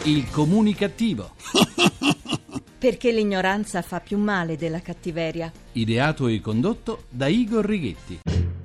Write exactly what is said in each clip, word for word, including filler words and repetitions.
Il comunicativo. Perché l'ignoranza fa più male della cattiveria. Ideato e condotto da Igor Righetti.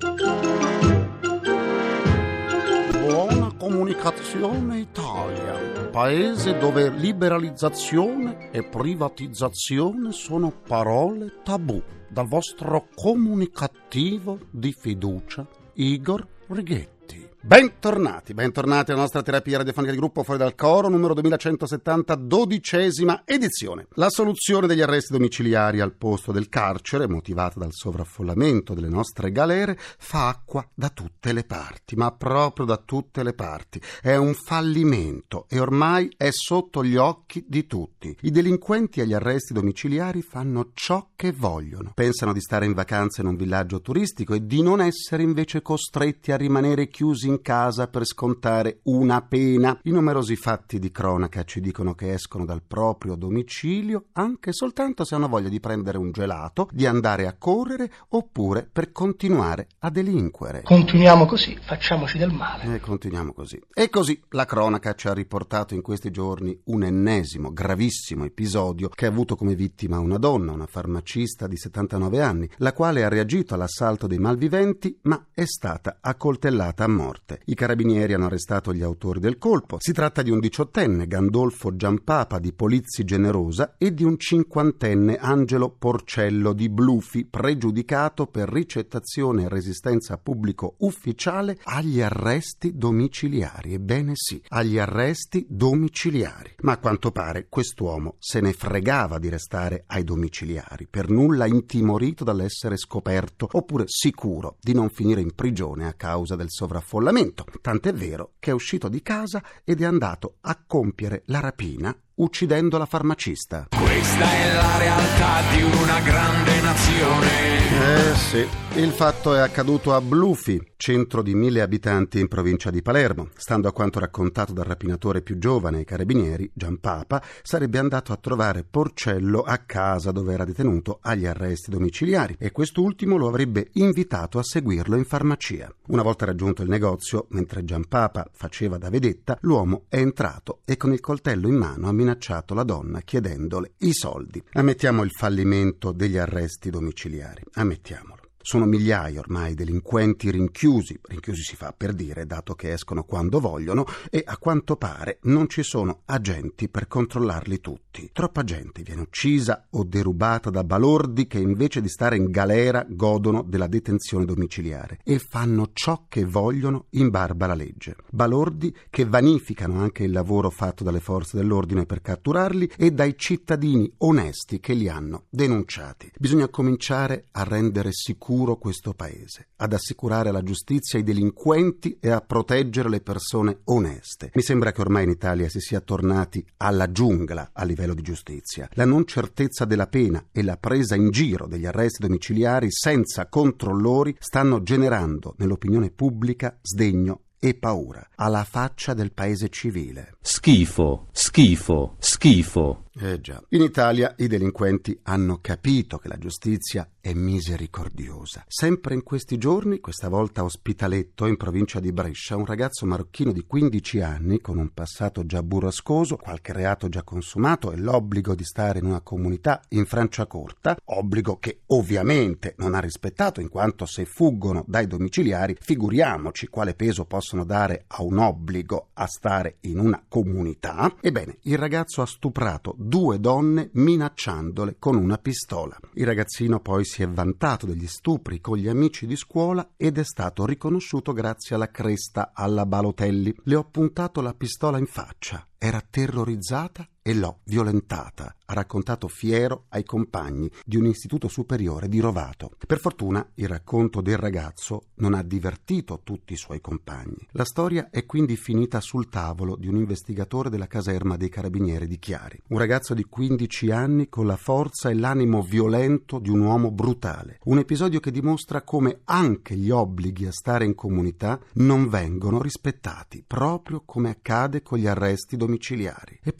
Buona Comunicazione Italia, paese dove liberalizzazione e privatizzazione sono parole tabù. Dal vostro comunicativo di fiducia, Igor Righetti. Bentornati, bentornati alla nostra terapia radiofonica di gruppo Fuori dal Coro, numero duemilacentosettanta, dodicesima edizione. La soluzione degli arresti domiciliari al posto del carcere, motivata dal sovraffollamento delle nostre galere, fa acqua da tutte le parti, ma proprio da tutte le parti. È un fallimento e ormai è sotto gli occhi di tutti. I delinquenti agli arresti domiciliari fanno ciò che vogliono. Pensano di stare in vacanza in un villaggio turistico e di non essere invece costretti a rimanere chiusi in casa per scontare una pena. I numerosi fatti di cronaca ci dicono che escono dal proprio domicilio anche soltanto se hanno voglia di prendere un gelato, di andare a correre oppure per continuare a delinquere. Continuiamo così, facciamoci del male. E continuiamo così. E così la cronaca ci ha riportato in questi giorni un ennesimo, gravissimo episodio che ha avuto come vittima una donna, una farmacista di settantanove anni, la quale ha reagito all'assalto dei malviventi ma è stata accoltellata a morte. I carabinieri hanno arrestato gli autori del colpo. Si tratta di un diciottenne, Gandolfo Giampapa di Polizzi Generosa, e di un cinquantenne, Angelo Porcello di Blufi, pregiudicato per ricettazione e resistenza a pubblico ufficiale agli arresti domiciliari. Ebbene sì, agli arresti domiciliari. Ma a quanto pare quest'uomo se ne fregava di restare ai domiciliari, per nulla intimorito dall'essere scoperto oppure sicuro di non finire in prigione a causa del sovraffollamento. Tant'è vero che è uscito di casa ed è andato a compiere la rapina uccidendo la farmacista. Questa è la realtà di una grande nazione. Eh sì, il fatto è accaduto a Blufi, centro di mille abitanti in provincia di Palermo. Stando a quanto raccontato dal rapinatore più giovane ai carabinieri, Giampapa, sarebbe andato a trovare Porcello a casa dove era detenuto agli arresti domiciliari e quest'ultimo lo avrebbe invitato a seguirlo in farmacia. Una volta raggiunto il negozio, mentre Giampapa faceva da vedetta, l'uomo è entrato e con il coltello in mano ha minacciato la donna chiedendole i soldi. Ammettiamo il fallimento degli arresti domiciliari, ammettiamolo. Sono migliaia ormai delinquenti rinchiusi, rinchiusi si fa per dire, dato che escono quando vogliono, e a quanto pare non ci sono agenti per controllarli tutti. Troppa gente viene uccisa o derubata da balordi che invece di stare in galera godono della detenzione domiciliare e fanno ciò che vogliono in barba alla legge. Balordi che vanificano anche il lavoro fatto dalle forze dell'ordine per catturarli e dai cittadini onesti che li hanno denunciati. Bisogna cominciare a rendere sicuro questo paese, ad assicurare alla giustizia i delinquenti e a proteggere le persone oneste. Mi sembra che ormai in Italia si sia tornati alla giungla a livello di giustizia. La non certezza della pena e la presa in giro degli arresti domiciliari senza controllori stanno generando nell'opinione pubblica sdegno e paura, alla faccia del paese civile. Schifo, schifo, schifo. Eh già. In Italia i delinquenti hanno capito che la giustizia è misericordiosa. Sempre in questi giorni, questa volta a Ospitaletto, in provincia di Brescia, un ragazzo marocchino di quindici anni, con un passato già burrascoso, qualche reato già consumato e l'obbligo di stare in una comunità in Franciacorta, obbligo che ovviamente non ha rispettato in quanto se fuggono dai domiciliari, figuriamoci quale peso possono dare a un obbligo a stare in una comunità. Ebbene, il ragazzo ha stuprato due donne minacciandole con una pistola. Il ragazzino poi si è vantato degli stupri con gli amici di scuola ed è stato riconosciuto grazie alla cresta alla Balotelli. Le ho puntato la pistola in faccia. Era terrorizzata e l'ho violentata, ha raccontato fiero ai compagni di un istituto superiore di Rovato. Per fortuna il racconto del ragazzo non ha divertito tutti i suoi compagni. La storia è quindi finita sul tavolo di un investigatore della caserma dei carabinieri di Chiari. Un ragazzo di quindici anni con la forza e l'animo violento di un uomo brutale. Un episodio che dimostra come anche gli obblighi a stare in comunità non vengono rispettati, proprio come accade con gli arresti domiciliari. E poi come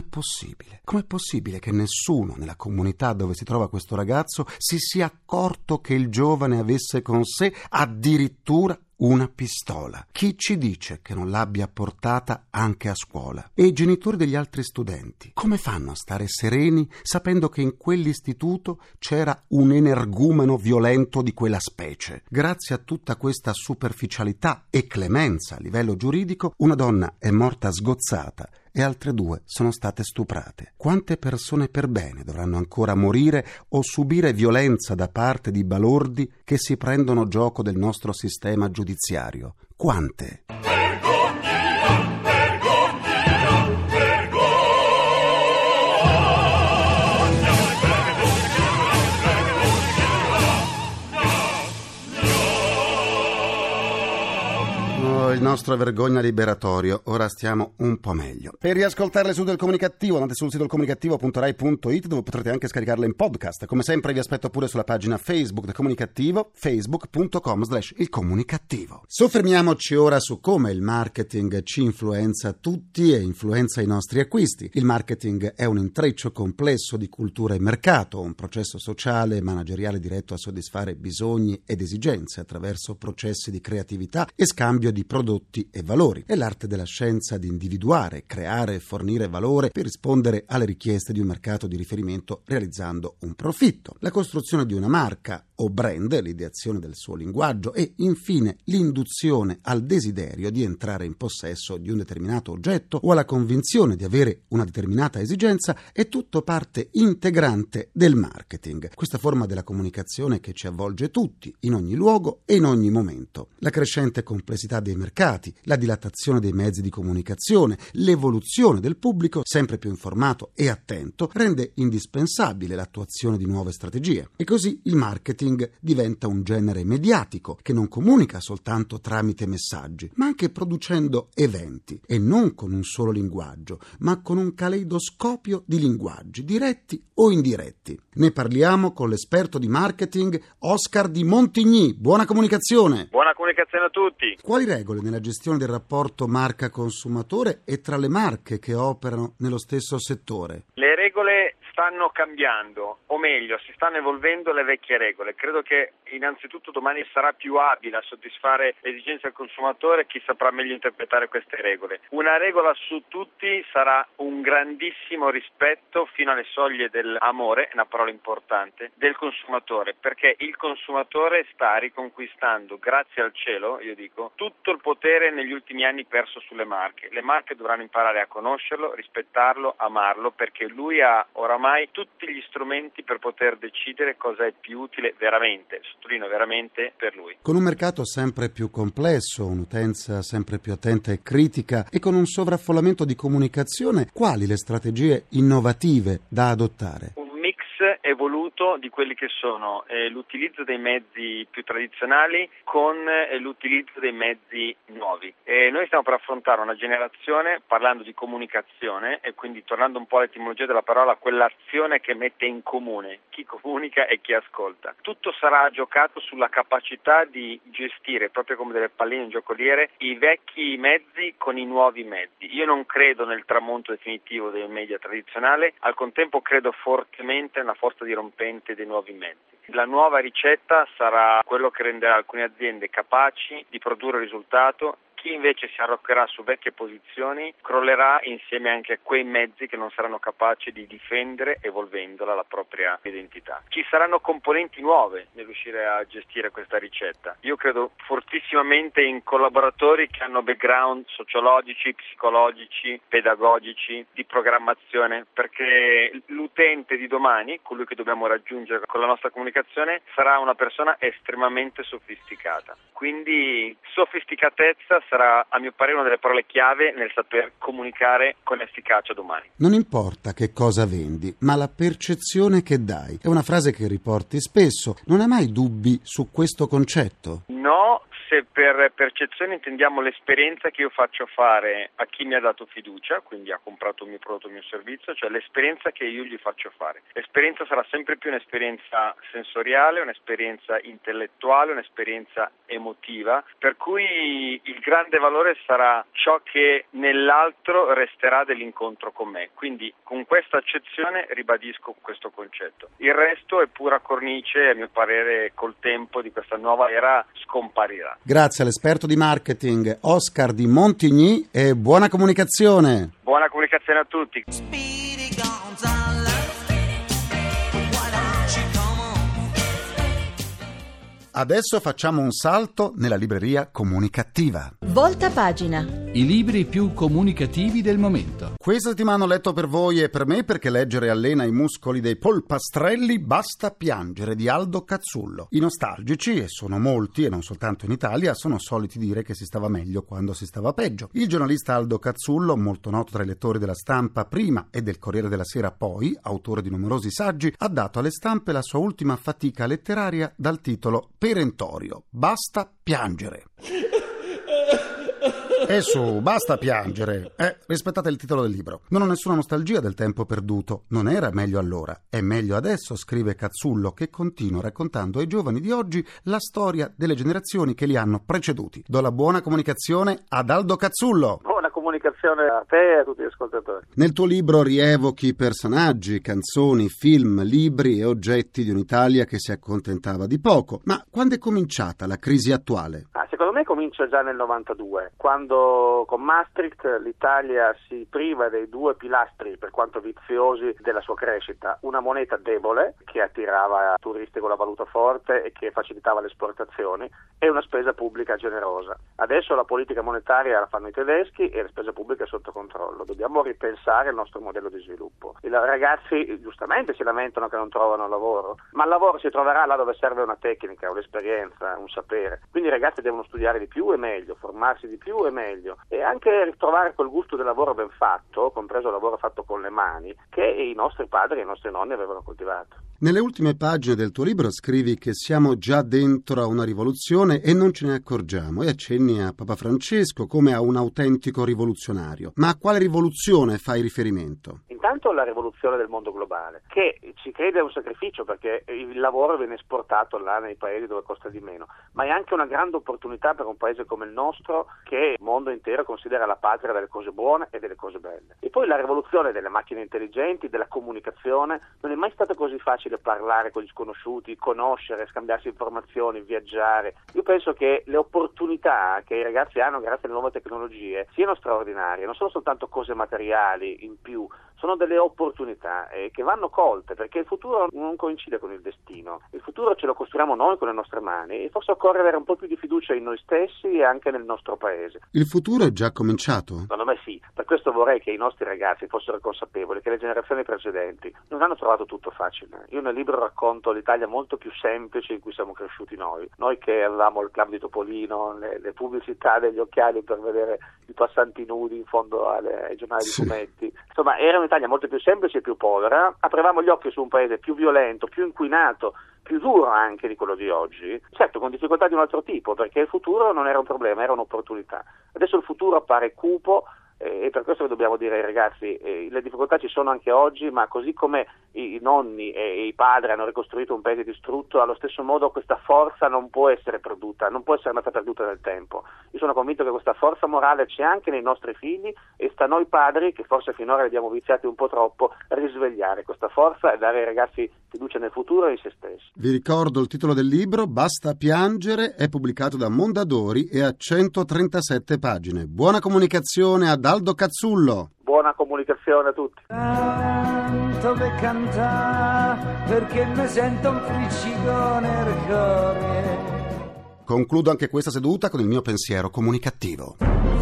Com'è possibile? Com'è possibile che nessuno nella comunità dove si trova questo ragazzo si sia accorto che il giovane avesse con sé addirittura una pistola? Chi ci dice che non l'abbia portata anche a scuola? E i genitori degli altri studenti come fanno a stare sereni sapendo che in quell'istituto c'era un energumeno violento di quella specie? Grazie a tutta questa superficialità e clemenza a livello giuridico, una donna è morta sgozzata e altre due sono state stuprate. Quante persone per bene dovranno ancora morire o subire violenza da parte di balordi che si prendono gioco del nostro sistema giudiziario? Quante? Il nostro vergogna liberatorio, ora stiamo un po' meglio. Per riascoltarle su del Comunicativo andate sul sito del comunicativo punto rai punto it, dove potrete anche scaricarle in podcast. Come sempre vi aspetto pure sulla pagina Facebook del Comunicativo, facebook punto com slash il comunicativo. Soffermiamoci ora su come il marketing ci influenza tutti e influenza i nostri acquisti. Il marketing è un intreccio complesso di cultura e mercato, un processo sociale e manageriale diretto a soddisfare bisogni ed esigenze attraverso processi di creatività e scambio di prodotti e valori. È l'arte della scienza di individuare, creare e fornire valore per rispondere alle richieste di un mercato di riferimento realizzando un profitto. La costruzione di una marca o brand, l'ideazione del suo linguaggio e infine l'induzione al desiderio di entrare in possesso di un determinato oggetto o alla convinzione di avere una determinata esigenza è tutto parte integrante del marketing, questa forma della comunicazione che ci avvolge tutti, in ogni luogo e in ogni momento. La crescente complessità dei mercati, la dilatazione dei mezzi di comunicazione, l'evoluzione del pubblico sempre più informato e attento rende indispensabile l'attuazione di nuove strategie. E così il marketing diventa un genere mediatico che non comunica soltanto tramite messaggi, ma anche producendo eventi, e non con un solo linguaggio, ma con un caleidoscopio di linguaggi, diretti o indiretti. Ne parliamo con l'esperto di marketing Oscar Di Montigny. Buona comunicazione! Buona comunicazione a tutti! Quali regole nella gestione del rapporto marca-consumatore e tra le marche che operano nello stesso settore? Le regole stanno cambiando, o meglio, si stanno evolvendo le vecchie regole. Credo che innanzitutto domani sarà più abile a soddisfare le esigenze del consumatore chi saprà meglio interpretare queste regole. Una regola su tutti sarà un grandissimo rispetto fino alle soglie dell'amore, è una parola importante, del consumatore, perché il consumatore sta riconquistando, grazie al cielo, io dico, tutto il potere negli ultimi anni perso sulle marche. Le marche dovranno imparare a conoscerlo, rispettarlo, amarlo, perché lui ha oramai tutti gli strumenti per poter decidere cosa è più utile veramente, sottolineo veramente, per lui. Con un mercato sempre più complesso, un'utenza sempre più attenta e critica e con un sovraffollamento di comunicazione, quali le strategie innovative da adottare? Evoluto di quelli che sono eh, l'utilizzo dei mezzi più tradizionali con eh, l'utilizzo dei mezzi nuovi. E noi stiamo per affrontare una generazione, parlando di comunicazione e quindi tornando un po' all'etimologia della parola, quell'azione che mette in comune chi comunica e chi ascolta. Tutto sarà giocato sulla capacità di gestire, proprio come delle palline in giocoliere, i vecchi mezzi con i nuovi mezzi. Io non credo nel tramonto definitivo dei media tradizionali, al contempo credo fortemente nella forza dirompente dei nuovi mezzi. La nuova ricetta sarà quello che renderà alcune aziende capaci di produrre risultato. Chi invece si arroccherà su vecchie posizioni crollerà insieme anche a quei mezzi che non saranno capaci di difendere, evolvendola, la propria identità. Ci saranno componenti nuove nell'uscire a gestire questa ricetta. Io credo fortissimamente in collaboratori che hanno background sociologici, psicologici, pedagogici, di programmazione, perché l'utente di domani, colui che dobbiamo raggiungere con la nostra comunicazione, sarà una persona estremamente sofisticata. Quindi sofisticatezza sarà, a mio parere, una delle parole chiave nel saper comunicare con efficacia domani. Non importa che cosa vendi, ma la percezione che dai. È una frase che riporti spesso. Non hai mai dubbi su questo concetto? No, se per percezione intendiamo l'esperienza che io faccio fare a chi mi ha dato fiducia, quindi ha comprato il mio prodotto, il mio servizio, cioè l'esperienza che io gli faccio fare. L'esperienza sarà sempre più un'esperienza sensoriale, un'esperienza intellettuale, un'esperienza emotiva, per cui il grande valore sarà ciò che nell'altro resterà dell'incontro con me. Quindi con questa accezione ribadisco questo concetto. Il resto è pura cornice, a mio parere col tempo di questa nuova era scomparirà. Grazie all'esperto di marketing Oscar di Montigny e buona comunicazione. Buona comunicazione a tutti. Adesso facciamo un salto nella libreria comunicativa. Volta pagina. I libri più comunicativi del momento. Questa settimana ho letto per voi e per me perché leggere allena i muscoli dei polpastrelli, basta piangere di Aldo Cazzullo. I nostalgici, e sono molti e non soltanto in Italia, sono soliti dire che si stava meglio quando si stava peggio. Il giornalista Aldo Cazzullo, molto noto tra i lettori della Stampa prima e del Corriere della Sera poi, autore di numerosi saggi, ha dato alle stampe la sua ultima fatica letteraria dal titolo perentorio: Basta piangere. E su, basta piangere. Eh, rispettate il titolo del libro. Non ho nessuna nostalgia del tempo perduto. Non era meglio allora. È meglio adesso, scrive Cazzullo, che continua raccontando ai giovani di oggi la storia delle generazioni che li hanno preceduti. Do la buona comunicazione ad Aldo Cazzullo. Buona comunicazione a te e a tutti gli ascoltatori. Nel tuo libro rievochi personaggi, canzoni, film, libri e oggetti di un'Italia che si accontentava di poco. Ma quando è cominciata la crisi attuale? Ah, secondo me comincia già nel novantadue, quando con Maastricht l'Italia si priva dei due pilastri, per quanto viziosi, della sua crescita: una moneta debole che attirava turisti con la valuta forte e che facilitava le esportazioni, e una spesa pubblica generosa. Adesso la politica monetaria la fanno i tedeschi e la spesa pubblica è sotto controllo. Dobbiamo ripensare il nostro modello di sviluppo. I ragazzi giustamente si lamentano che non trovano lavoro, ma il lavoro si troverà là dove serve una tecnica, un'esperienza, un sapere. Quindi i ragazzi devono studiare di più e meglio, formarsi di più e meglio, e anche ritrovare quel gusto del lavoro ben fatto, compreso il lavoro fatto con le mani, che i nostri padri e i nostri nonni avevano coltivato. Nelle ultime pagine del tuo libro scrivi che siamo già dentro a una rivoluzione e non ce ne accorgiamo, e accenni a Papa Francesco come a un autentico rivoluzionario. Ma a quale rivoluzione fai riferimento? Intanto la rivoluzione del mondo globale, che ci crede è un sacrificio perché il lavoro viene esportato là nei paesi dove costa di meno, ma è anche una grande opportunità per un paese come il nostro, che il mondo intero considera la patria delle cose buone e delle cose belle. E poi la rivoluzione delle macchine intelligenti, della comunicazione. Non è mai stato così facile parlare con gli sconosciuti, conoscere, scambiarsi informazioni, viaggiare. Io penso che le opportunità che i ragazzi hanno grazie alle nuove tecnologie siano straordinarie, non sono soltanto cose materiali in più, sono delle opportunità eh, che vanno colte, perché il futuro non coincide con il destino. Il futuro ce lo costruiamo noi con le nostre mani, e forse occorre avere un po' più di fiducia in noi stessi e anche nel nostro paese. Il futuro è già cominciato? Secondo me sì, per questo vorrei che i nostri ragazzi fossero consapevoli che le generazioni precedenti non hanno trovato tutto facile. Io nel libro racconto l'Italia molto più semplice in cui siamo cresciuti noi. Noi che avevamo il club di Topolino, le, le pubblicità degli occhiali per vedere i passanti nudi in fondo alle, ai giornali sì. di fumetti. Insomma, era un'Italia molto più semplice e più povera. Aprivamo gli occhi su un paese più violento, più inquinato, più duro anche di quello di oggi, certo con difficoltà di un altro tipo, perché il futuro non era un problema, era un'opportunità. Adesso il futuro appare cupo, e per questo dobbiamo dire ai ragazzi eh, le difficoltà ci sono anche oggi, ma così come i, i nonni e i padri hanno ricostruito un paese distrutto, allo stesso modo questa forza non può essere perduta, non può essere andata perduta nel tempo. Io sono convinto che questa forza morale c'è anche nei nostri figli, e sta a noi padri, che forse finora li abbiamo viziati un po' troppo, risvegliare questa forza e dare ai ragazzi fiducia nel futuro e in se stessi. Vi ricordo il titolo del libro: Basta piangere, è pubblicato da Mondadori e a centotrentasette pagine. Buona comunicazione ad Aldo Cazzullo. Buona comunicazione a tutti. Canto per cantare, perché mi sento un friccico nel cuore. Concludo anche questa seduta con il mio pensiero comunicativo.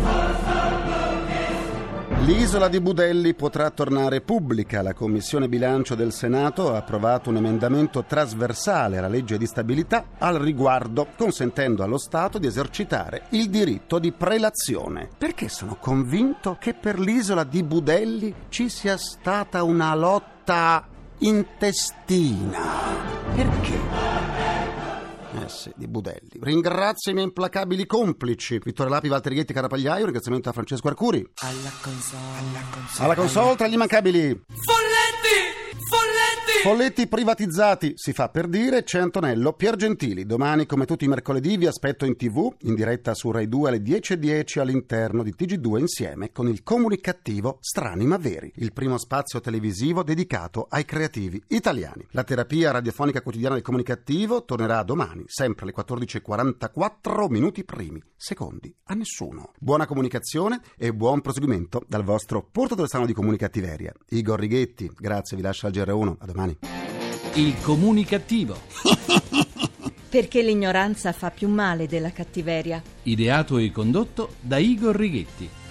L'isola di Budelli potrà tornare pubblica. La Commissione Bilancio del Senato ha approvato un emendamento trasversale alla legge di stabilità al riguardo, consentendo allo Stato di esercitare il diritto di prelazione. Perché sono convinto che per l'isola di Budelli ci sia stata una lotta intestina. Perché? Eh sì, di budelli. Ringrazio i miei implacabili complici, Vittorio Lapi, Walter Righetti, Carapagliaio. Un ringraziamento a Francesco Arcuri. Alla console, alla console, Alla console tra gli immancabili Folletti! Folletti! Folletti privatizzati, si fa per dire. C'è Antonello Piergentili. Domani, come tutti i mercoledì, vi aspetto in tv, in diretta su Rai due alle dieci e dieci all'interno di T G due, insieme con il comunicativo Strani ma Veri, il primo spazio televisivo dedicato ai creativi italiani. La terapia radiofonica quotidiana del comunicativo tornerà domani, sempre alle quattordici e quarantaquattro, minuti primi, secondi a nessuno. Buona comunicazione e buon proseguimento dal vostro portatore strano di comunicattiveria, Igor Righetti. Grazie, vi lascio al G R uno. A domani. Il comunicativo. Perché l'ignoranza fa più male della cattiveria. Ideato e condotto da Igor Righetti.